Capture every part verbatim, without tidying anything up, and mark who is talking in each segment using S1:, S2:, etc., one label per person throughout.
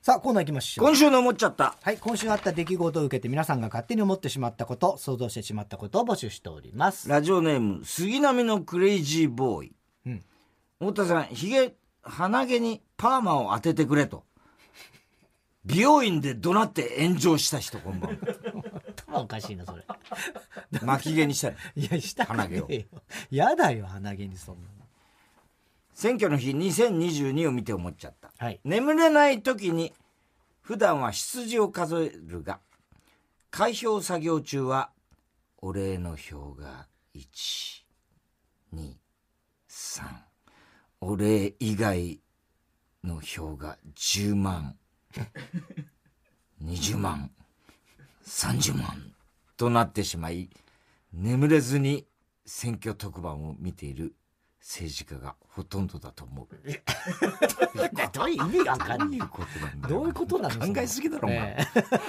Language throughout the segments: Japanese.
S1: さあコーナー行きましょう。
S2: 今週の思っちゃった。
S1: はい、今週あった出来事を受けて皆さんが勝手に思ってしまったこと、想像してしまったことを募集しております。
S2: ラジオネーム杉並のクレイジーボーイ、うん、太田さん、ひげ鼻毛にパーマを当ててくれと美容院で怒鳴って炎上した人、こんばんは。
S1: 頭おかしいなそれ。
S2: 巻き毛にしたい。
S1: いやしたくねえよ。
S2: 鼻毛を
S1: やだよ鼻毛にそんなの。
S2: 選挙の日にせんにじゅうにを見て思っちゃった、
S1: はい、
S2: 眠れない時に普段は羊を数えるが開票作業中はお礼の票がいち、に、さん、お礼以外の票がじゅうまん、にじゅうまん、さんじゅうまんとなってしまい、眠れずに選挙特番を見ている政治家がほとんどだと思う。
S1: どういう意味が分かんない。どういうことなの？
S2: 考えすぎだろ、お前。
S1: ね、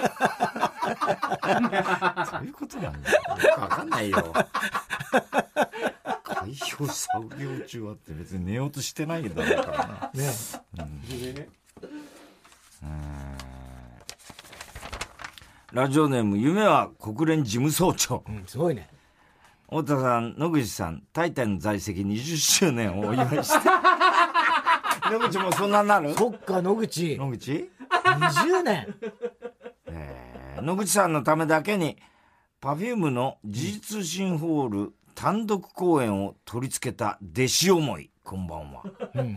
S2: そういうことなんだよ。分かんないよ。開票作業中はって別に寝ようとしてないんだろうからな。ね、うん、うんラジオネーム夢は国連事務総長、
S1: うん、すごいね。
S2: 太田さん、野口さん、タイタン在籍にじゅっしゅうねんをお祝いして野口もそんなになる？
S1: そっか、野口
S2: 野口にじゅ
S1: うねん、
S2: えー、野口さんのためだけに パフューム の時事通信ホール単独公演を取り付けた弟子思い、こんばんは、うん、ん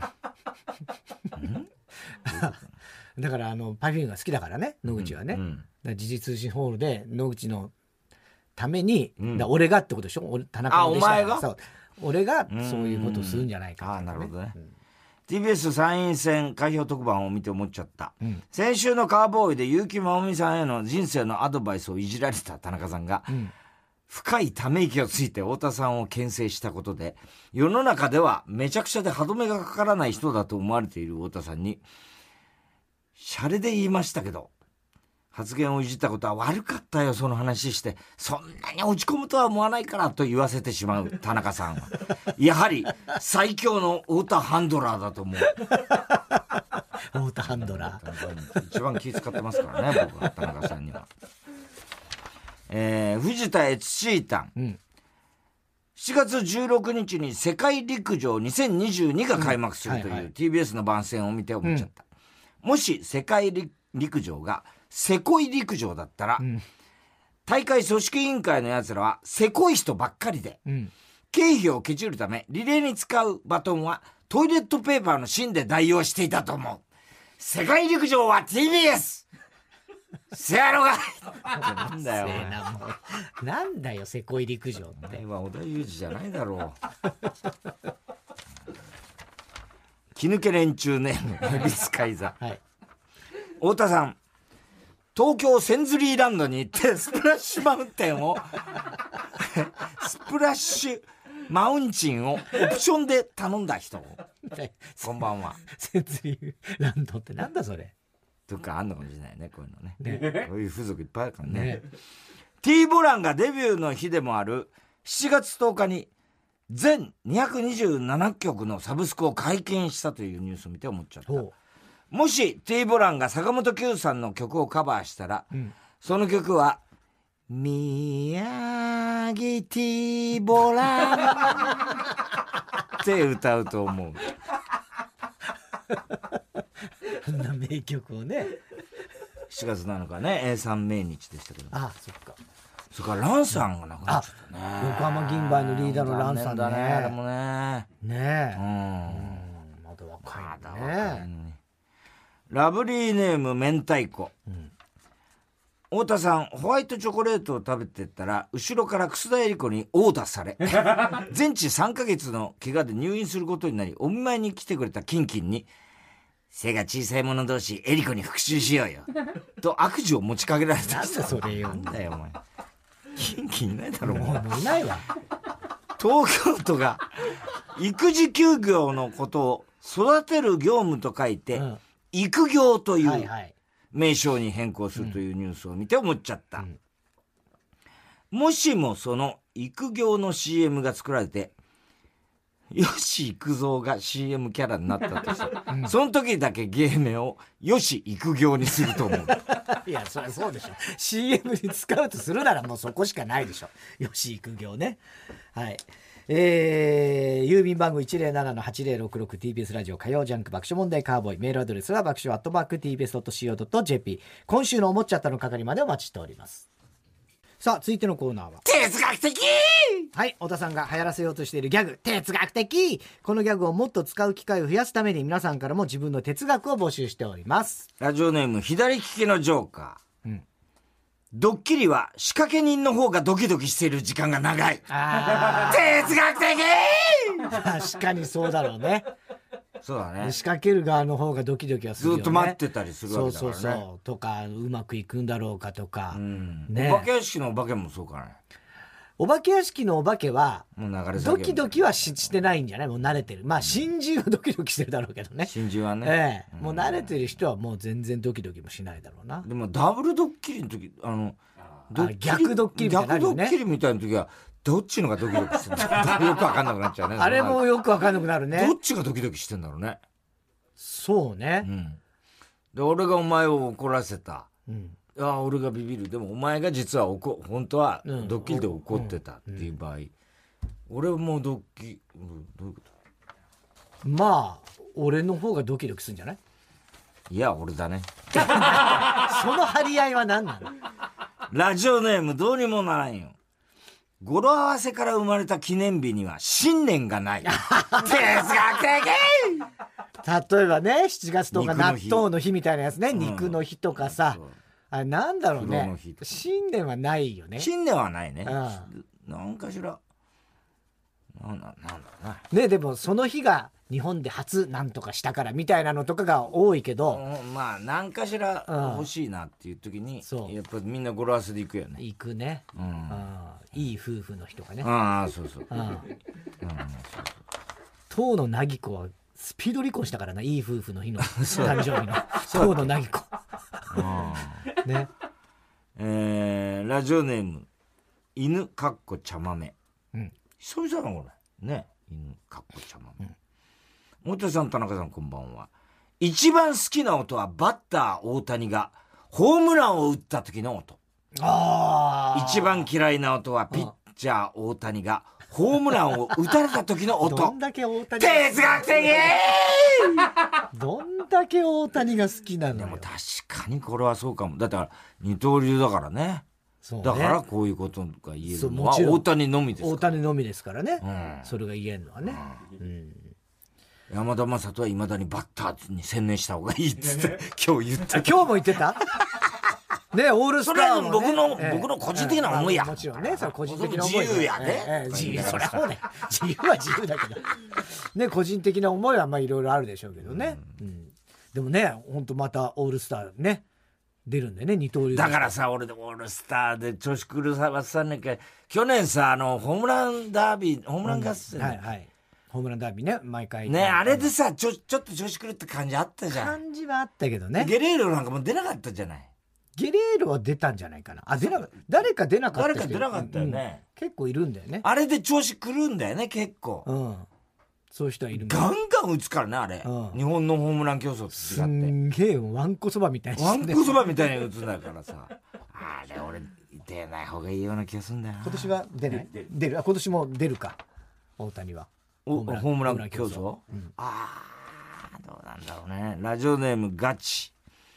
S1: だからあの パフューム が好きだからね、野口はね、うんうん、だ時事通信ホールで野口のために、うん、だ俺がってことでしょ、俺田中の弟子だから、あ、お前が？そう、俺がそういうことをするんじゃないか、ね、
S2: ああ、なるほどね、うん、ティービーエス 参院選開票特番を見て思っちゃった、うん、先週のカーボーイで結城まおみさんへの人生のアドバイスをいじられた田中さんが、うん、深いため息をついて太田さんを牽制したことで、世の中ではめちゃくちゃで歯止めがかからない人だと思われている太田さんに、シャレで言いましたけど発言をいじったことは悪かったよ、その話してそんなに落ち込むとは思わないからと言わせてしまう田中さんはやはり最強の太田ハンドラーだと思う。
S1: 太田ハンドラ
S2: ー一番気遣ってますからね、僕は田中さんには。えー、藤田悦シータン、うん、しちがつじゅうろくにちに世界陸上にせんにじゅうにが開幕するという、うんはいはい、ティービーエス の番宣を見て思っちゃった、うん、もし世界陸上がせこい陸上だったら、うん、大会組織委員会のやつらはせこい人ばっかりで、うん、経費をけちるためリレーに使うバトンはトイレットペーパーの芯で代用していたと思う。世界陸上は ティービーエス せやろがなんだよ
S1: なんだよせこい陸上って。
S2: あれは織田裕二じゃないだろう。気抜け連中ネーム恵比寿海座、はい、太田さん、東京センズリーランドに行ってスプラッシュマウンテンをスプラッシュマウンチンをオプションで頼んだ人こんばんは。
S1: センズリーランドってなんだそれ。
S2: どっかあんのかもしれないね、こういうの ね, ねこういう風俗いっぱいあるからね, ね T ボランがデビューの日でもあるしちがつとおかに全にひゃくにじゅうななきょくのサブスクを解禁したというニュースを見て思っちゃった。もし T ボランが坂本九さんの曲をカバーしたら、うん、その曲は宮城 T ボランって歌うと思う。
S1: あんな名曲をね。
S2: しちがつなのかね、永三命日でしたけど。
S1: ああ、そっか。
S2: それからランさんが亡くなっちゃったね。
S1: 横浜銀杯のリーダーのランさんね。
S2: ね、あれもね。
S1: ねえ。うん。まだ若いね。まだ若いのに。
S2: ラブリーネーム明太子、うん、太田さん、ホワイトチョコレートを食べてったら後ろから楠田絵理子に殴打され全治さんかげつの怪我で入院することになり、お見舞いに来てくれたキンキンに背が小さい者同士絵理子に復讐しようよと悪事を持ちかけられた。
S1: なんだそれよ。
S2: なんだよお前。キンキンいないだろ。
S1: もういないわ。
S2: 東京都が育児休業のことを育てる業務と書いて、うん、育業という名称に変更するというニュースを見て思っちゃった、うんうん、もしもその育業の シーエム が作られて吉幾三が シーエム キャラになったとして、うん、その時だけ芸名を吉幾行にすると思う。
S1: いや、そりゃそうでしょ。シーエム に使うとするならもうそこしかないでしょ。吉幾行ね。はい。えー、郵便番号 いちまるななのはちまるろくろく ティービーエス ラジオ火曜ジャンク爆笑問題カーボーイ。メールアドレスは爆笑アットマーク ティービーエスドットシーオードットジェーピー。今週の思っちゃったの係までお待ちしております。さあ続いてのコーナーは
S2: 哲学的。
S1: はい、太田さんが流行らせようとしているギャグ、哲学的。このギャグをもっと使う機会を増やすために皆さんからも自分の哲学を募集しております。
S2: ラジオネーム左利きのジョーカー、うん、ドッキリは仕掛け人の方がドキドキしている時間が長い。あ哲学的。
S1: 確かにそうだろうね。
S2: そうだね。
S1: 仕掛ける側の方がドキドキはするよね。
S2: ずっと待ってたりするわけだからね。そうそうそう。
S1: とか、うまくいくんだろうかとか。うん、
S2: ね、お化け屋敷のお化けもそうかね。
S1: お化け屋敷のお化けは、
S2: もう流れ
S1: ドキドキは し, してないんじゃない？もう慣れてる。まあ、新人はドキドキしてるだろうけどね。
S2: 新人はね。
S1: ええ。もう慣れてる人はもう全然ドキドキもしないだろうな。
S2: でも、ダブルドッキリの時、あの、
S1: ドッキリ逆ドッキリみたいな、ね。
S2: 逆ドッキリみたいな時は、どっちのがドキドキしてるのよくわかんなくなっちゃうね。
S1: あれもよくわかんなくなるね。
S2: どっちがドキドキしてんだろうね。
S1: そうね。
S2: うん。で、俺がお前を怒らせた。うん。ああ、俺がビビる。でもお前が実は怒、本当はドッキリで怒ってたっていう場合。うんうん、俺もドッキ、どういうこと？
S1: まあ、俺の方がドキドキするんじゃない？
S2: いや、俺だね。
S1: その張り合いは何なの？
S2: ラジオネームどうにもならんよ。語呂合わせから生まれた記念日には信念がない。哲学的。
S1: 例えばね、しちがつとか納豆の日みたいなやつね、肉の日とかさ、うん、あれなんだろうね。信念はないよね。
S2: 信念はないね。うん、なんかしら。なんだ、なんだろうな。
S1: ね、でもその日が日本で初なんとかしたからみたいなのとかが多いけど、
S2: うん、まあ何かしら欲しいなっていう時に、うん、やっぱみんな語呂合わせで行くよね。
S1: 行くね。うん、いい夫婦の日とかね。
S2: ああ、そうそう。うん、うん、
S1: 当のなぎこはスピード離婚したからな、いい夫婦の日の誕生日の当のなぎこ。ね。
S2: えー、ラジオネーム犬かっこ茶豆。うん。久々なのこれ。ね。犬かっこ茶豆。うん。大田さん、田中さん、こんばんは。一番好きな音はバッター大谷がホームランを打った時の音。ああ。一番嫌いな音はピッチャー大谷がホームランを打たれた時の音。
S1: どんだけ大谷
S2: 哲学的
S1: どんだけ大谷が好きなのよ。
S2: でも確かにこれはそうかも。だって二刀流だからね。そうね。だからこういうことが言えるのは大谷のみですから。
S1: 大谷のみですからね。うん、それが言えるのはね。うんうん、
S2: 山田雅人はいまだにバッターに専念した方がいいっつって今日言った。
S1: 今日も言ってたね、オールスター
S2: の、ね、僕の、えー、僕の個人的な思いや。
S1: もちろんね、それ個人的な思い。
S2: 自由やね。
S1: えー、自由、そりゃそうね。自由は自由だけど。ね、個人的な思いはまあいろいろあるでしょうけどね。うんうん、でもね、本当またオールスターね、出るんだよね、二刀流。
S2: だからさ、俺でオールスターで調子狂わさんねんか、去年さ、あの、ホームランダービー、ホームラン合戦、
S1: うん。はいはい。ホームランダービーね、毎回。
S2: ね、あれでさ、ちょ、ちょっと調子狂った感じあったじゃん。
S1: 感じはあったけどね。
S2: ゲレーロなんかもう出なかったじゃない。
S1: ゲレーロは出たんじゃないかな。あ、出なかった。誰か出なかった。
S2: 誰か出なかったよね、
S1: うん。結構いるんだよね。
S2: あれで調子狂うんだよね、結構。
S1: うん。そういう人はいる
S2: ガンガン打つからね、あれ。うん、日本のホームラン競争って違って。す
S1: んげえ、ワンコそばみたいに。
S2: ワンコそばみたいに打つんだからさ。あれ、俺、出ない方がいいような気がするんだよな。
S1: 今年は出ない出る。あ、今年も出るか。大谷は。
S2: ホームラン競争、うん、ああ、どうなんだろうね。ラジオネームガチ。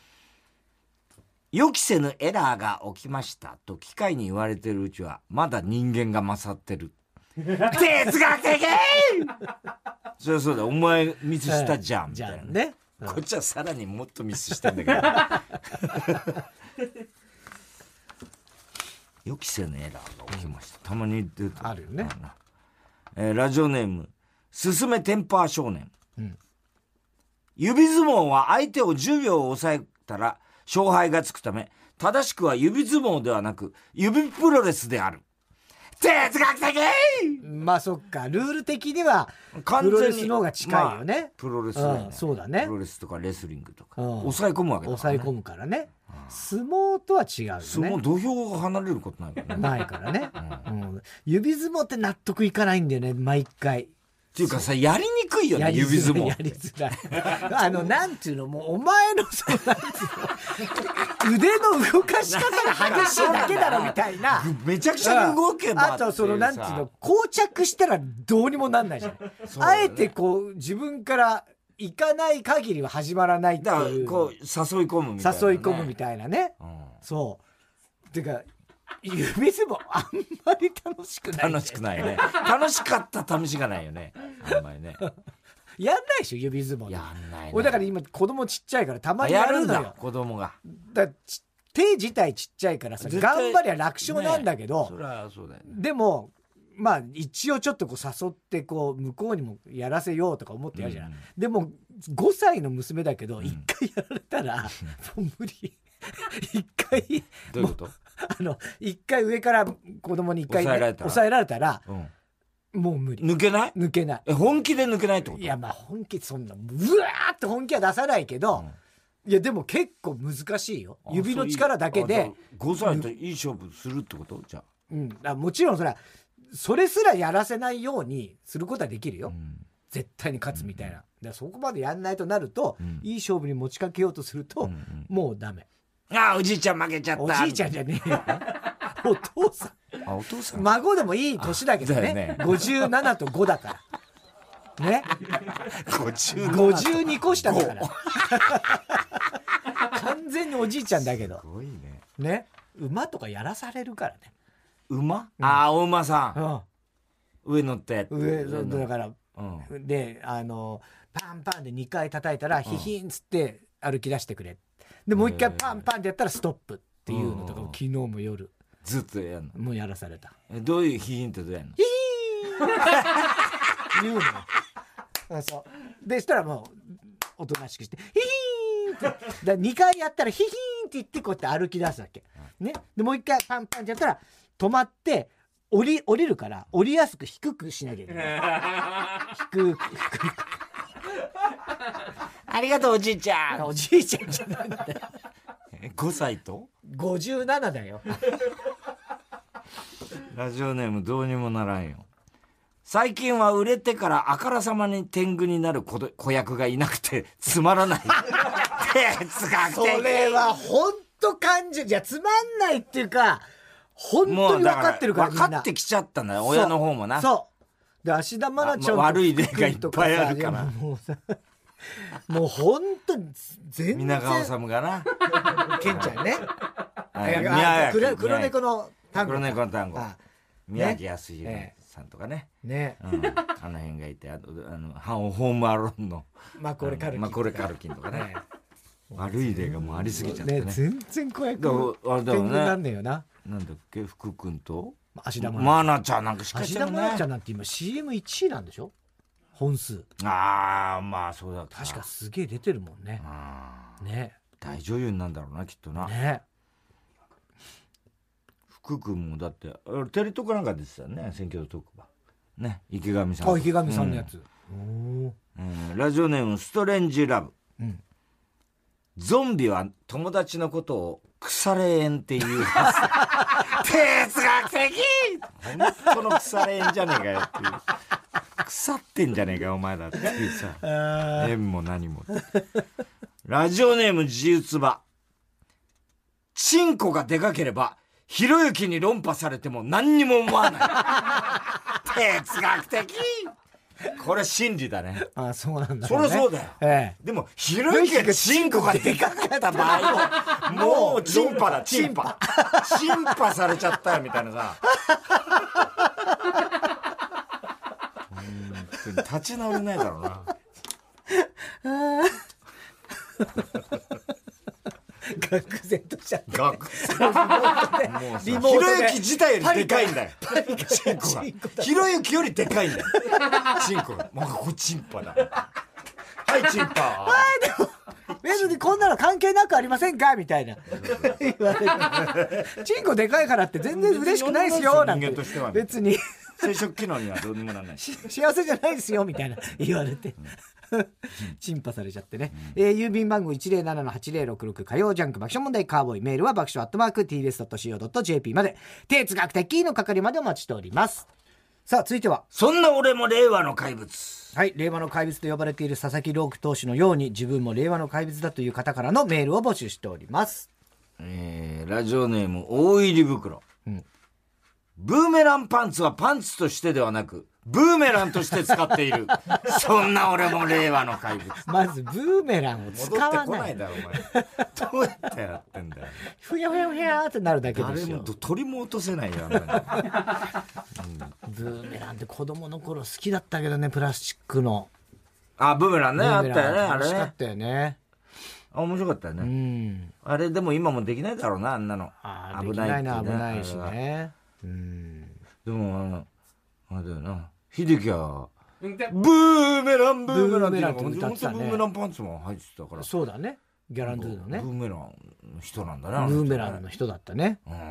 S2: 予期せぬエラーが起きましたと機械に言われてるうちはまだ人間が勝ってる。哲学的そりゃそうだ、お前ミスしたじゃんみたいなね、うん、こっちはさらにもっとミスしてんだけど予期せぬエラーが起きました、うん、たまに出て
S1: あるよね、
S2: えー、ラジオネームすすめテンパー少年、うん、指相撲は相手をじゅうびょう抑えたら勝敗がつくため、正しくは指相撲ではなく指プロレスである。哲学的
S1: まあそっか、ルール的にはプロレスの方が近いよね、まあ、
S2: プロレスだよね、
S1: うん、そうだね。
S2: プロレスとかレスリングとか、うん、抑え込むわけだ
S1: からね。抑え込むからね、うん、相撲とは違うよね。
S2: 相撲土俵が離れることないからね。
S1: ないからね、うんうん、指相撲って納得いかないんだよね、毎回。
S2: っていうかさ、やりにくいよね、指相撲。
S1: やりづらい。あの、なんていうの、もう、お前の、そう、なんていうの、腕の動かし方が激しいだけだろ、みたいな。
S2: めちゃくちゃ動けば。
S1: あと、その、なんていうの、膠着したらどうにもなんないじゃん。ね、あえて、こう、自分から行かない限りは始まらないっていう。だから、
S2: こう、誘い込むみたいな、ね。
S1: 誘い込むみたいなね。うん、そう。てか、指相撲あんまり楽しくない、
S2: ね、楽しくないね。楽しかった試しがないよね。あんまりね。
S1: やんないでしょ、指相撲。
S2: やんないね。
S1: 俺だから今子供ちっちゃいからたまにやるのよ。やるんだ、
S2: 子供が。
S1: だ手自体ちっちゃいからさ、頑張りゃ楽勝なんだけど、
S2: ね、そりゃそうだよね。
S1: でも、まあ一応ちょっとこう誘ってこう向こうにもやらせようとか思ってやるじゃん。うん、でもごさいの娘だけど、一、うん、回やられたら、もう無理。一回。
S2: どういうこと？
S1: あの、一回上から子供に一回、ね、抑えられたら、抑えられたら、うん、もう無理。
S2: 抜けない？
S1: 抜けない。
S2: え、本気で抜けないってこと？
S1: いや、まあ本気、そんな、うわーって本気は出さないけど、うん、いや、でも結構難しいよ。指の力だけで。
S2: ごさいといい勝負するってこと？じゃあ。
S1: うん。あ、もちろんそれは、それすらやらせないようにすることはできるよ。うん、絶対に勝つみたいな。うん、だからそこまでやんないとなると、うん、いい勝負に持ちかけようとすると、うん、もうダメ。
S2: ああ、おじいちゃん負けちゃった。
S1: おじいちゃんじゃねえよ。お父さ
S2: ん。あ、お父さん。
S1: 孫でもいい年だけどね。ねごじゅうななとごだから。ね。
S2: ごじゅうなな。
S1: ごじゅうにこ下だから。完全におじいちゃんだけど。
S2: すごいね。
S1: ね。馬とかやらされるからね。
S2: 馬？うん、ああ、お馬さん。うん、上乗って。
S1: 上、だから、うん、で、あの、パンパンでにかい叩いたら、ヒヒンつって歩き出してくれ。でもう一回パンパンってやったらストップっていうのとか、昨日も夜
S2: ずっとやんの？
S1: もうやらされた。
S2: え、どういうヒーンってどうやんの？
S1: ヒーン言うの。あ、そうでしたらもうおとなしくしてヒーンってだにかいやったらヒヒーンって言ってこうやって歩き出すわけ、ね、でもう一回パンパンってやったら止まって降り降りるから降りやすく低くしなきゃいけない低く低く
S2: ありがとうおじいちゃん。
S1: おじいちゃんじゃないんだよ。
S2: ごさいと
S1: ごじゅうななだよ。
S2: ラジオネームどうにもならんよ。最近は売れてからあからさまに天狗になる 子, 子役がいなくてつまらない。哲学的。
S1: それは本当感じ、じゃつまんないっていうか本当に分かってるから。
S2: 分かってきちゃったんだよ、親の方もな。
S1: そうで、芦田愛菜ちゃん、
S2: ま、悪い例がいっぱいあるから。
S1: もうさもう本当に全然。
S2: 皆川治がな。
S1: ケンちゃんね。
S2: 黒,
S1: 黒猫の単語。
S2: 黒猫の単語。宮城康弘さんとかね。
S1: ね。
S2: うん、あの辺がいて、あと、あの、ホームアローンの。
S1: マコレカルキン。
S2: マコレカルキンとかね。悪い例がもうありすぎちゃってね。
S1: ね、全然子役。天狗なんだよな。
S2: なんだっけ、福君と
S1: 芦田愛
S2: 菜。愛菜ちゃんなんかしっかりしてるね。
S1: 芦田愛菜ちゃんなんて今 シーエムいちいなんでしょ？本数。
S2: ああ、まあそうだった。
S1: 確かすげえ出てるもんね。ね。
S2: 大女優になんだろうな、きっとな。
S1: ね。
S2: 福君もだって、テレ東かなんか出てたよね、選挙特番。ね、池上さん。
S1: あ、池上さんのやつ。
S2: うん、うん、ラジオネームストレンジラブ。うん、ゾンビは友達のことを腐れ縁っていう哲学的。本当の腐れ縁じゃねえかよっていう。腐ってんじゃねえかお前だっていうさ。縁も何も。ラジオネーム自由つば。チンコがでかければひろゆきに論破されても何にも思わない。哲学的。これ真理だね。
S1: ああ、そうなんだ、ね。
S2: そりゃそうだよ。ええ、でもひろゆきがチンコがでかかった場合はもうチンパだ、チンパ。チンパされちゃったよみたいなさ。立ち直れないだろうな。
S1: 愕然としちゃって。
S2: 愕然。もうひろゆき自体よりでかいんだよ。チンコが。ひろゆきよりでかいんだよ。チンコが。もうこれチンパだ。はい、チンパ。
S1: はい、でも、別にこんなの関係なくありませんかみたいな。言われて。チンコでかいからって全然嬉しくないですよ。なんて。別に。
S2: 生殖機能にはどうにもならない。
S1: 幸せじゃないですよみたいな言われて、うん、チンパされちゃってね、うん、えー、郵便番号 いちゼロななのはちゼロろくろく 火曜ジャンク爆笑問題カーボーイ、メールは爆笑アットマーク ティービーエスドットシーオードットジェーピー まで、哲学的の係までお待ちしております。 さあ続いては、
S2: そんな俺も令和の怪物。
S1: はい、令和の怪物と呼ばれている佐々木朗希投手のように自分も令和の怪物だという方からのメールを募集しております。
S2: えー、ラジオネーム大入り袋、うん、ブーメランパンツはパンツとしてではなくブーメランとして使っているそんな俺も令和の怪物。
S1: まずブーメランを使わない。
S2: 戻ってこないだろお前。どうやってやってんだよ。
S1: ふやふやふやってなるだけでしょ。
S2: 誰も鳥も落とせないよ、うん、
S1: ブーメランって子供の頃好きだったけどね、プラスチックの。
S2: あ、ブーメランね、あったよね、あれね。
S1: 楽しかったよね。
S2: あ、面白かったよね、うん、あれでも今もできないだろうな、あんなの。
S1: あ、危ないって、ね、危ないしね。うん、
S2: でもあのあれだよな、秀樹はブーメランブーメランって言って歌ってたね。ブーメランパンツも入ってたから。
S1: そうだね、ギャランドゥのね、
S2: ブーメランの人なんだな。
S1: ブーメランの人だったね、うん、うん、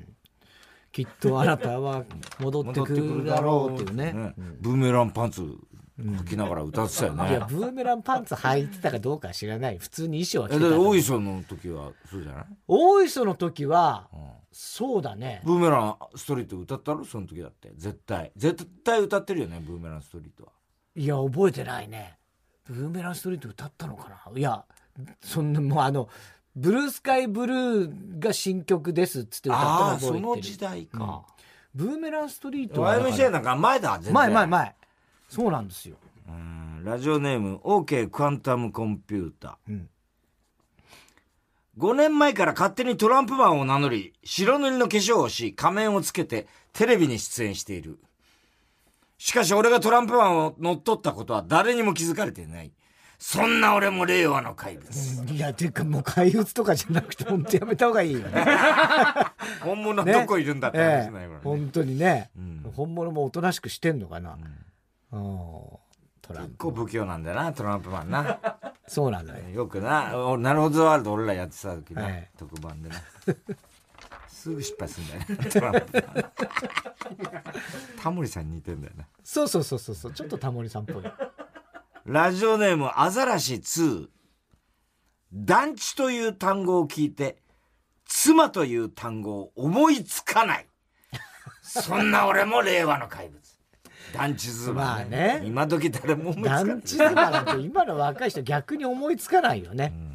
S1: きっとあなたは戻ってくるだろうっていうね、ね、
S2: うん、ブーメランパンツ履きながら歌ってたよね、うん、
S1: いやブーメランパンツ履いてたかどうか知らない、普通に衣装は着てた。
S2: 大磯の時はそうじゃない？
S1: 大磯の時は、うん、そうだね、
S2: ブーメランストリート歌ったろ、その時だって。絶対絶対歌ってるよね、ブーメランストリートは。
S1: いや覚えてないね、ブーメランストリート歌ったのかな。いやそんな、もうあのブルースカイブルーが新曲ですっつって歌ったの覚えてる。
S2: ああ、その時代か、
S1: うん、ブーメランストリートは
S2: ワイエムシーエー なんか前だ、全然
S1: 前前前。そうなんですよ。
S2: うん、ラジオネーム OK クアンタムコンピュータ、うん、ごねんまえから勝手にトランプマンを名乗り、白塗りの化粧をし、仮面をつけてテレビに出演している。しかし俺がトランプマンを乗っ取ったことは誰にも気づかれていない。そんな俺も令和の怪物。
S1: いや、ていうかもう怪物とかじゃなくて本当やめた方がいいよね。
S2: 本物どこいるんだって話しないからね。ええ、
S1: 本当にね、うん、本物もおとなしくしてんのかな。うん、
S2: トランプ結構不器用なんだよな、トランプマンな。
S1: そうなんだよ。
S2: よくな、なるほどワールド俺らやってた時な、はい、特番でな。すぐ失敗するんだよね、トランプマン。タモリさんに似てんだよな。
S1: そうそうそうそう、ちょっとタモリさんっぽい。
S2: ラジオネームアザラシツー。団地という単語を聞いて妻という単語を思いつかない。そんな俺も令和の怪物。団地妻、ね、まあね、今時誰も思いつかない。
S1: 団地妻なんて今の若い人逆に思いつかないよね、うん、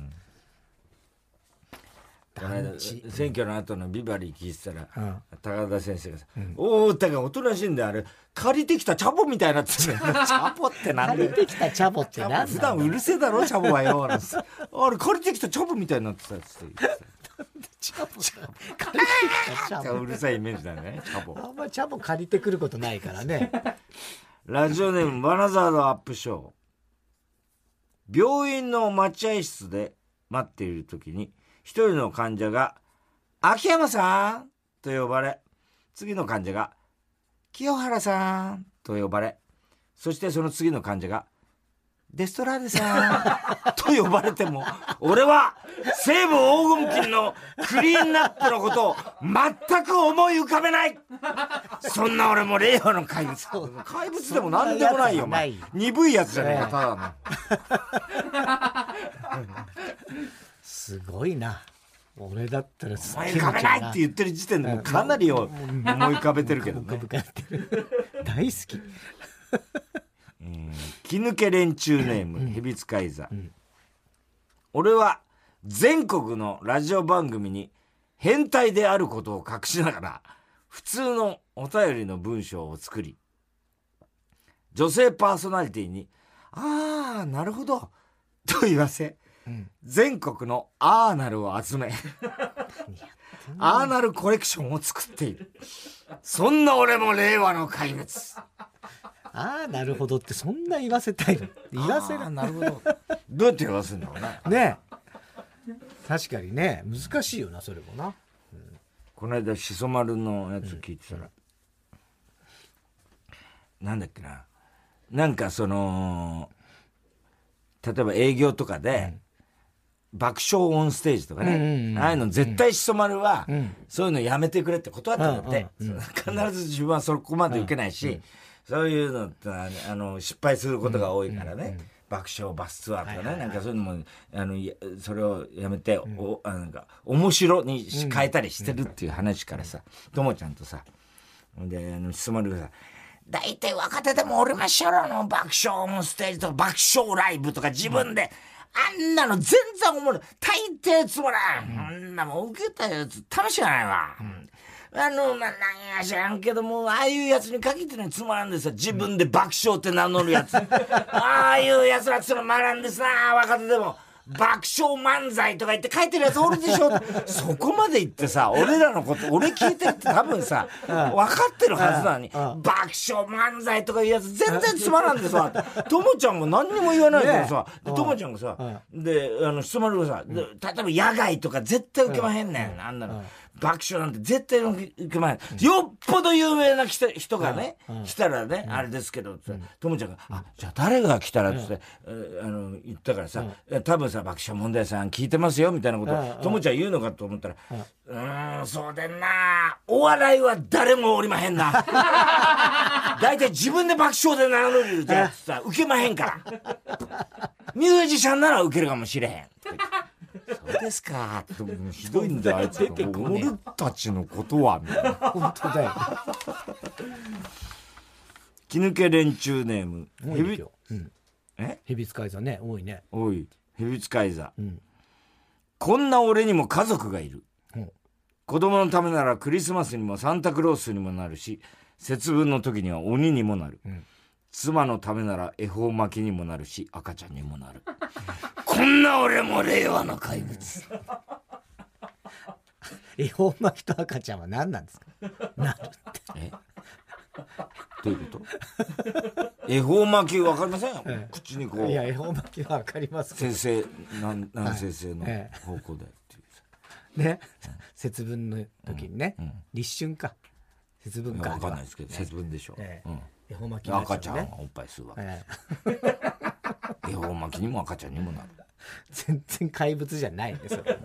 S2: 団地選挙の後のビバリー聞いてたら、うん、高田先生がさ、うん、おお、だからおとなしいんだよ、あれ借りてきたチャボみたいになってる。チャボってなんで
S1: 借りてきたチャボってなんだ。
S2: 普段うるせえだろチャボはよ。あれ借りてきたチャボみたいになってたっつって。
S1: チャボ借りてきたチャボ。
S2: うるさいイメージだね、チャボ。
S1: あんまチャボ借りてくることないからね。
S2: ラジオネームバナザードアップショー。病院の待合室で待っている時に一人の患者が秋山さんと呼ばれ、次の患者が清原さんと呼ばれ、そしてその次の患者がデストラーデさんと呼ばれても、俺は西武黄金金のクリーンナップのことを全く思い浮かべない。そんな俺も令和の怪物。怪物でも何でもないよ、お前。鈍いやつじゃねえか、た
S1: だの。すごいな。俺だったら
S2: 思い浮かべないって言ってる時点でもうかなりを思い浮かべてるけどね。
S1: 大好き。
S2: 気抜け連中ネーム、ヘビ使い座、うん、俺は全国のラジオ番組に変態であることを隠しながら普通のお便りの文章を作り、女性パーソナリティにああなるほどと言わせ、うん、全国のアーナルを集めアーナルコレクションを作っている。そんな俺も令和の怪物。
S1: ああなるほどってそんな言わせたいの？言わせる。
S2: なるほど。どうやって言わせるんだろうね。
S1: ねえ、確かにね、難しいよなそれもな、うん、
S2: この間しそ丸のやつ聞いてたら、うん、なんだっけな、なんかその例えば営業とかで、うん、爆笑オンステージとかね、うんうんうん、ああいうの絶対しそ丸は、うん、そういうのやめてくれって断ったんだって、うんうんうん、必ず自分はそこまで受けないし、うんうん、そういうのってあの失敗することが多いからね、うんうんうん、爆笑バスツアーとかね、はいはいはい、なんかそういうのもあのそれをやめて、うん、おあなんか面白に変えたりしてるっていう話からさ、ともちゃんとさであのしそ丸がさ、 大体若手でもおりましょろの爆笑のステージとか爆笑ライブとか自分で、あんなの全然おもろい。大抵つまらん。あんなもん受けたやつ楽しくないわ。うんあの、まあ、なんや知らんけども、ああいうやつに限ってのつまらんですよ。自分で爆笑って名乗るやつ。ああいうやつらつまらんですな、若手でも。爆笑漫才とか言って書いてるやつおるでしょ。そこまで言ってさ、俺らのこと、俺聞いてるって多分さ、分かってるはずなのに、爆笑漫才とかいうやつ全然つまらんでさ、ともちゃんも何にも言わないからさ、ともちゃんがさ、で、あの、質問るさ、例えば野外とか絶対受けまへんねん、あんなの。爆笑なんて絶対受けまへん。よっぽど有名な人がね、来たらね、あれですけど、ともちゃんが、あ、じゃあ誰が来たらって、あの、言ったからさ、多分さ、爆笑問題さん聞いてますよみたいなことをともちゃん言うのかと思ったら、うーんそうでんなお笑いは誰もおりまへんな大体自分で爆笑で名乗るやつさ受けまへんからミュージシャンなら受けるかもしれへんそうですかひどいんだよあいつ俺たちのことはみたいな
S1: 本当だよ
S2: 気抜け連中ネーム
S1: ヘビ、うん、えヘビ使い座ね多いね
S2: 多いヘビ使い座、うん、こんな俺にも家族がいる、うん、子供のためならクリスマスにもサンタクロースにもなるし節分の時には鬼にもなる、うん、妻のためなら恵方巻きにもなるし赤ちゃんにもなるこんな俺も令和の怪物
S1: 恵方巻きと赤ちゃんは何なんですかなるって
S2: えどういうこと恵方巻き分かりません、ええ、口にこう
S1: いや恵方巻きは分かります
S2: 先生何先生の方向でっていう、
S1: ええ、ね、うん、節分の時にね、うんうん、立春か節分か
S2: 分かんないですけど、ね、節分でしょ、ええうん、
S1: 恵方巻き、
S2: ね、赤ちゃんはおっぱい吸うわけ、ええ、恵方巻きにも赤ちゃんにもなる
S1: 全然怪物じゃないですよ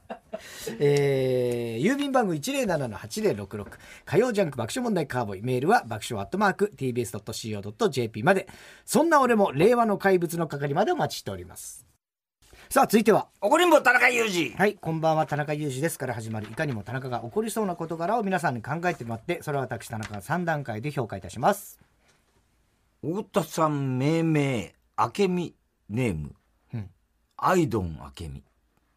S1: えー、郵便番号 いちゼロななのはちゼロろくろく 火曜ジャンク爆笑問題カーボーイメールは爆笑アットマーク ティービーエスドットシーオードットジェーピー までそんな俺も令和の怪物の係までお待ちしております。さあ続いては
S2: 怒りんぼ田中裕二
S1: はいこんばんは田中裕二ですから始まるいかにも田中が起こりそうな事柄を皆さんに考えてもらってそれは私田中がさん段階で評価いたします。
S2: 太田さん命名明美ネーム、うん、アイドン明美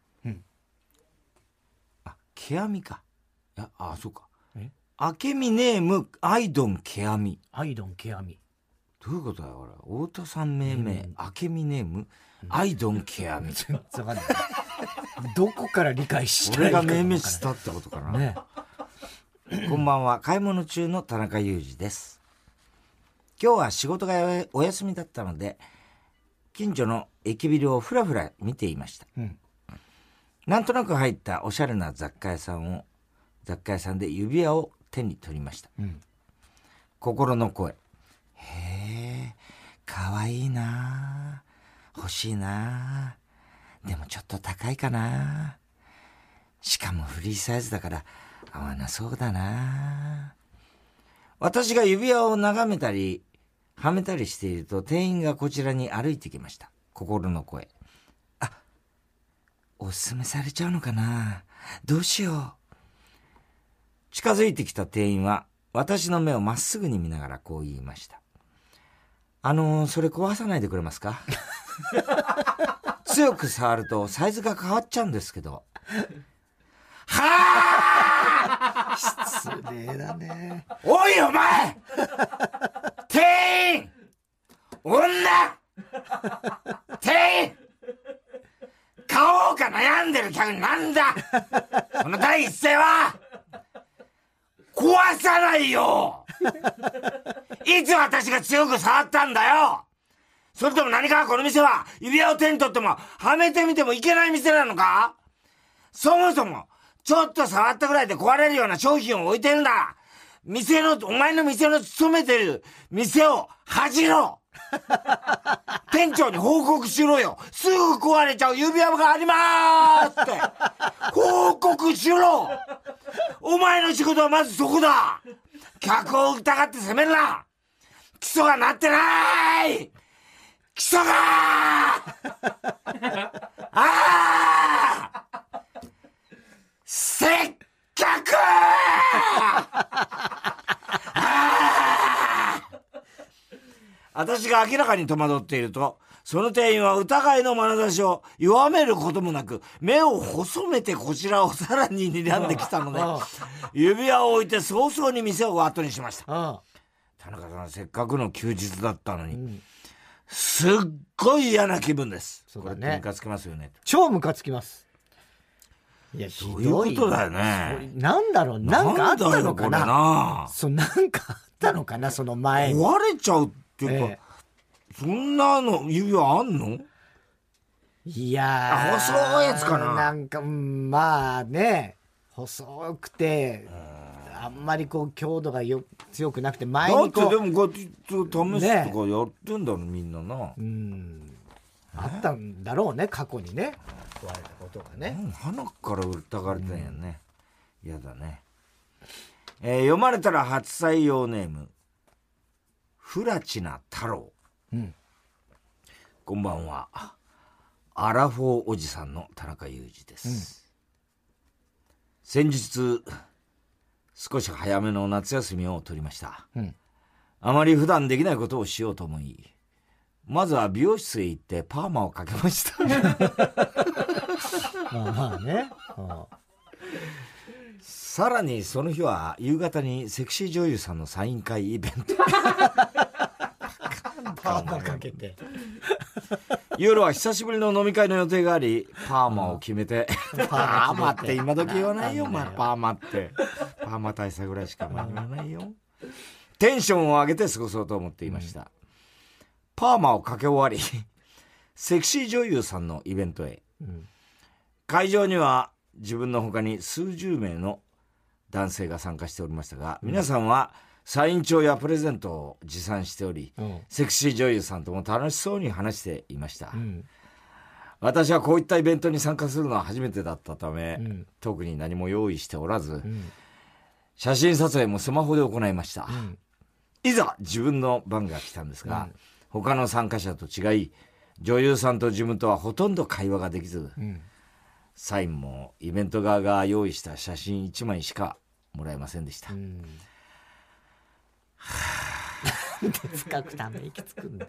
S2: ケアミかいやあそうかえ明美ネームアイドンケアミ
S1: アイドンケアミ
S2: どういうことだよこれ太田さん命名、うん、明美ネーム、うん、アイドンケアミ
S1: 全然わかんないどこから理解したらいいか
S2: 俺が命名したってことかな、ね、こんばんは買い物中の田中裕二です。今日は仕事がお休みだったので近所の駅ビルをふらふら見ていました、うんなんとなく入ったおしゃれな雑貨屋さんを雑貨屋さんで指輪を手に取りました、うん、心の声へえかわいいな欲しいなでもちょっと高いかなしかもフリーサイズだから合わなそうだな私が指輪を眺めたりはめたりしていると店員がこちらに歩いてきました。心の声おすすめされちゃうのかなどうしよう。近づいてきた店員は私の目をまっすぐに見ながらこう言いました。あのー、それ壊さないでくれますか強く触るとサイズが変わっちゃうんですけど。は
S1: ぁ失礼だね。
S2: おいお前店員女店員買おうか悩んでる客になんだこの第一声は壊さないよいつ私が強く触ったんだよ。それとも何かこの店は指輪を手に取ってもはめてみてもいけない店なのか。そもそもちょっと触ったぐらいで壊れるような商品を置いてるんだ。店のお前の店の勤めてる店を恥じろ店長に報告しろよ。すぐ壊れちゃう指輪がありまーすって報告しろ。お前の仕事はまずそこだ。客を疑って責めるな。基礎がなってない基礎がああせっかくああ私が明らかに戸惑っていると、その店員は疑いの眼差しを弱めることもなく、目を細めてこちらをさらに睨んできたので、指輪を置いて早々に店を後にしました。田中さん、せっかくの休日だったのに、うん、すっごい嫌な気分です。そうだね、これってムカつきますよね。
S1: 超ムカつきます。いや、ひどい。
S2: そういうことだよね。
S1: なんだろう、なんかあったのかな。なんなそう、なんかあったのかな、その前に。
S2: 壊れちゃうっていうか、えー、そんなの指輪あんの？
S1: いや
S2: ー、細いやつかな。
S1: なんか、うん、まあね、細くて、あんまりこう強度がよ強くなくて前にこう。
S2: だってでもこうやって試すとかやってんだろ、ね、みんなな。
S1: うん。あったんだろうね、過去にね。壊れたことがね。
S2: うん、鼻から疑われてんやね。嫌、うん、だね。えー、読まれたら初採用ネーム、フラチナ太郎。うん。こんばんは。アラフォーおじさんの田中裕二です。うん、先日、少し早めの夏休みを取りました。うん、あまり普段できないことをしようと思い、まずは美容室へ行ってパーマをかけました。
S1: まあまあね。ああ、
S2: さらにその日は夕方にセクシー女優さんのサイン会イベント。
S1: パーマかけて。
S2: 夜は久しぶりの飲み会の予定があり、パーマを決めて。パーマって今時言わないよ、まあ、パーマって。パーマ大佐ぐらいしか言わないよ。テンションを上げて過ごそうと思っていました。うん、パーマをかけ終わり、セクシー女優さんのイベントへ。うん、会場には自分の他に数十名の男性が参加しておりましたが、うん、皆さんはサイン帳やプレゼントを持参しており、うん、セクシー女優さんとも楽しそうに話していました。うん、私はこういったイベントに参加するのは初めてだったため、うん、特に何も用意しておらず、うん、写真撮影もスマホで行いました。うん、いざ自分の番が来たんですが、うん、他の参加者と違い、女優さんと自分とはほとんど会話ができず、うん、サインもイベント側が用意した写真いちまいしかもらえませんでした。うん、
S1: なんで深くため息つくんだよ。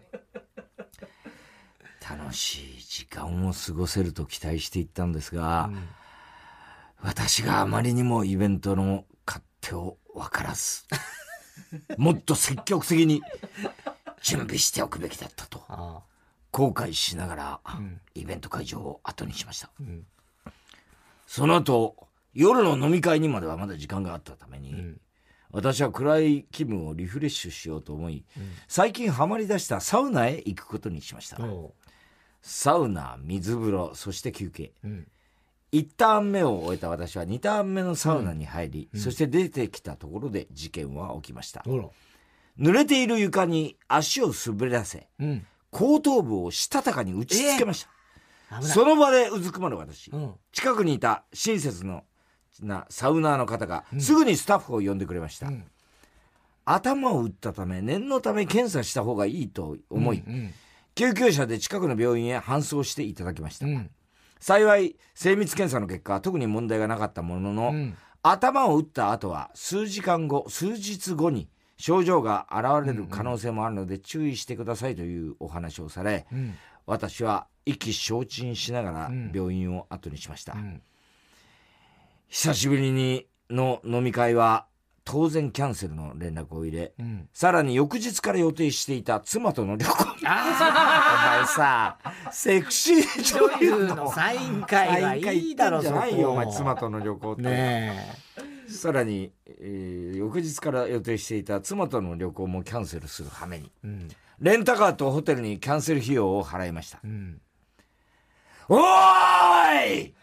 S2: 楽しい時間を過ごせると期待していったんですが、うん、私があまりにもイベントの勝手を分からず、もっと積極的に準備しておくべきだったと後悔しながら、うん、イベント会場を後にしました。うん、その後夜の飲み会にまではまだ時間があったために、うん、私は暗い気分をリフレッシュしようと思い、うん、最近ハマり出したサウナへ行くことにしました。サウナ、水風呂、そして休憩、うん、いちターン目を終えた私はにターン目のサウナに入り、うん、そして出てきたところで事件は起きました。うん、濡れている床に足を滑らせ、うん、後頭部をしたたかに打ちつけました。えー、その場でうずくまる私、うん、近くにいた親切のなサウナーの方がすぐにスタッフを呼んでくれました。うん、頭を打ったため念のため検査した方がいいと思い、うんうん、救急車で近くの病院へ搬送していただきました。うん、幸い精密検査の結果は特に問題がなかったものの、うん、頭を打った後は数時間後数日後に症状が現れる可能性もあるので注意してくださいというお話をされ、うん、私は意気消沈しながら病院を後にしました。うんうん、久しぶりにの飲み会は当然キャンセルの連絡を入れ、うん、さらに翌日から予定していた妻との旅行。あお前さ、セクシー女優の
S1: サイン会はいいだろ、
S2: じゃないよお前、妻との旅行って。ねえ。さらに、えー、翌日から予定していた妻との旅行もキャンセルする羽目に、うん、レンタカーとホテルにキャンセル費用を払いました。うん、おーい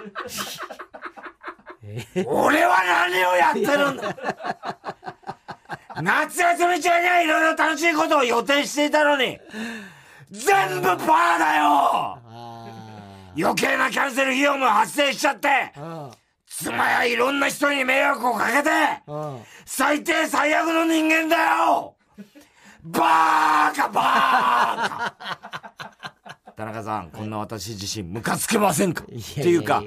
S2: 俺は何をやってるんだ夏休み中にはいろいろ楽しいことを予定していたのに全部パーだよ。余計なキャンセル費用も発生しちゃって、妻やいろんな人に迷惑をかけて最低最悪の人間だよ。バーカバーカ田中さん、こんな私自身ムカつけませんかっていうか、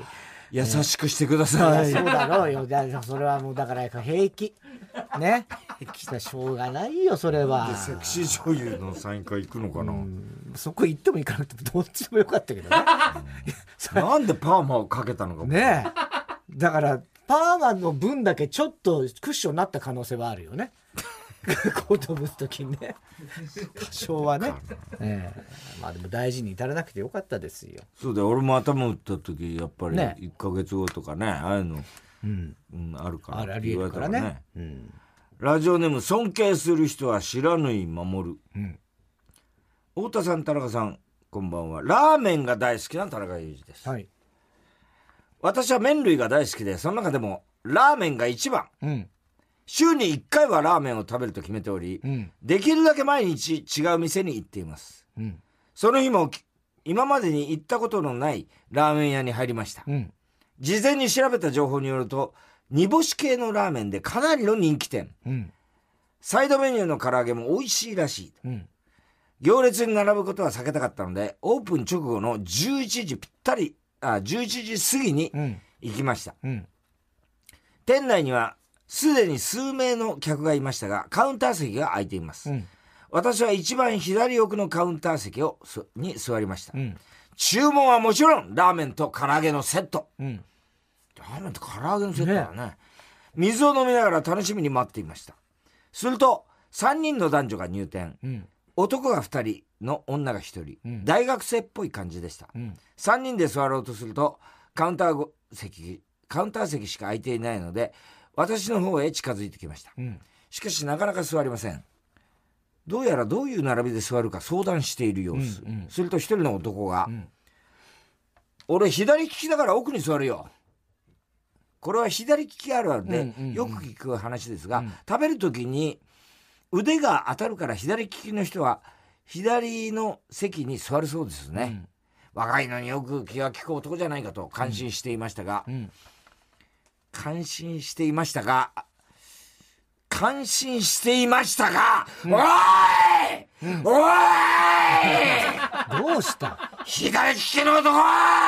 S2: 優しくしてください。
S1: そうだろうよ。だそれはもうだから平気ね。しょうがないよそれは。
S2: でセクシー女優のサイン会行くのかな。
S1: そこ行っても行かなくてもどっちでもよかったけどね。
S2: なんでパーマをかけたのか
S1: ねえ。だからパーマの分だけちょっとクッションになった可能性はあるよね。こう飛ぶ時にね。多少はね。ええ、まあでも大事に至らなくてよかったですよ。
S2: そうだよ。俺も頭打った時やっぱりいっかげつごとかね、ああいうの、
S1: うん
S2: うん、あるから
S1: ありえるからね。うん、
S2: ラジオネーム尊敬する人は知らぬい守る。うん、太田さん、田中さん、こんばんは。ラーメンが大好きな田中裕二です。はい。私は麺類が大好きで、その中でもラーメンが一番。うん、週にいっかいはラーメンを食べると決めており、うん、できるだけ毎日違う店に行っています。うん、その日も今までに行ったことのないラーメン屋に入りました。うん、事前に調べた情報によると、煮干し系のラーメンでかなりの人気店。うん、サイドメニューの唐揚げも美味しいらしい。うん、行列に並ぶことは避けたかったので、オープン直後のじゅういちじぴったり、あ、じゅういちじ過ぎに行きました。うんうん、店内にはすでに数名の客がいましたが、カウンター席が空いています。うん、私は一番左奥のカウンター席をに座りました。うん、注文はもちろんラーメンと唐揚げのセット。うん、ラーメンと唐揚げのセットだね。ね、水を飲みながら楽しみに待っていました。するとさんにんの男女が入店。うん、男がふたりの女がひとり、うん、大学生っぽい感じでした。うん、さんにんで座ろうとするとカウンター席カウンター席しか空いていないので、私の方へ近づいてきました。うん、しかしなかなか座りません。どうやらどういう並びで座るか相談している様子。うんうん、すると一人の男が、うん、俺左利きだから奥に座るよ。これは左利きあるあるで、うんうんうん、よく聞く話ですが、うん、食べるときに腕が当たるから左利きの人は左の席に座るそうですね。うん、若いのによく気が利く男じゃないかと感心していましたが、うんうん、感心していましたが感心していましたが、うん、おーい、うん、おー
S1: いどうした
S2: 左利きの男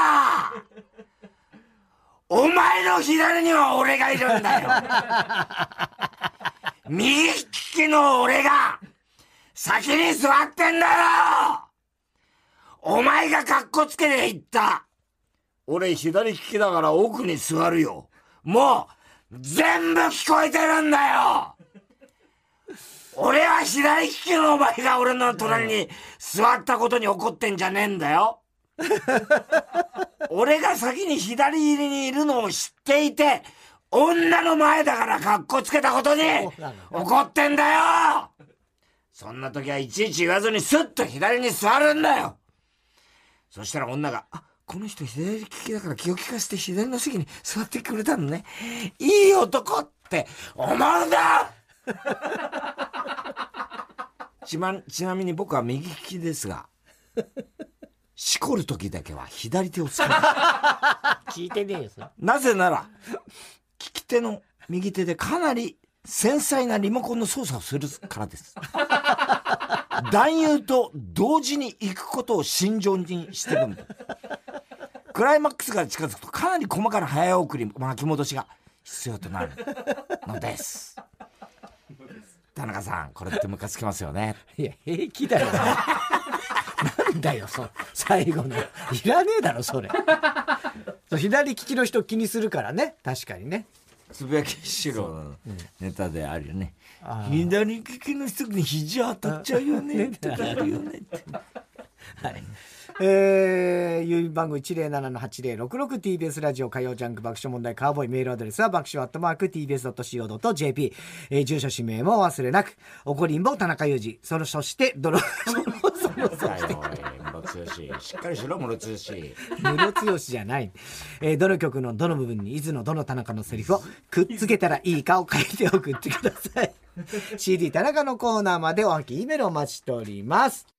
S2: お前の左には俺がいるんだよ右利きの俺が先に座ってんだよ。お前がカッコつけて言った。俺左利きだから奥に座るよ。もう全部聞こえてるんだよ。俺は左利きのお前が俺の隣に座ったことに怒ってんじゃねえんだよ。俺が先に左入りにいるのを知っていて、女の前だからカッコつけたことに怒ってんだよ。そんな時はいちいち言わずにスッと左に座るんだよ。そしたら女が、あ、この人左利きだから気を利かせて左の席に座ってくれたのね。いい男って思うんだちま、ちなみに僕は右利きですが、しこる時だけは左手を使う。
S1: 聞いてねえよそれ。
S2: なぜなら、利き手の右手でかなり繊細なリモコンの操作をするからです。男優と同時に行くことを心情にしてるんだ。クライマックスが近づくとかなり細かな早送り巻き戻しが必要となるのです。田中さん、これってムカつきますよね。
S1: いや平気だよなんだよそ最後のいらねえだろそれ。そう左利きの人気にするからね。確かにね。
S2: つぶやきしろのネタであるよね。左利きの人に肘当たっちゃうよねってあるよねって。
S1: はい。えー、郵便番号 いちゼロななのはちゼロろくろく ティービーエス ラジオ火曜ジャンク爆笑問題カーボーイ。メールアドレスは爆笑アットマーク ティービーエスドットシーオードットジェーピー、えー、住所氏名も忘れなく。おこりんぼ田中裕二、そのそしてドロそのそのそして
S2: しっかりしろムロツヨシ。
S1: ムロツヨシじゃない、えー、どの曲のどの部分にいつのどの田中のセリフをくっつけたらいいかを書いて送ってください。シーディー 田中のコーナーまでおはき E メールお待ちしております。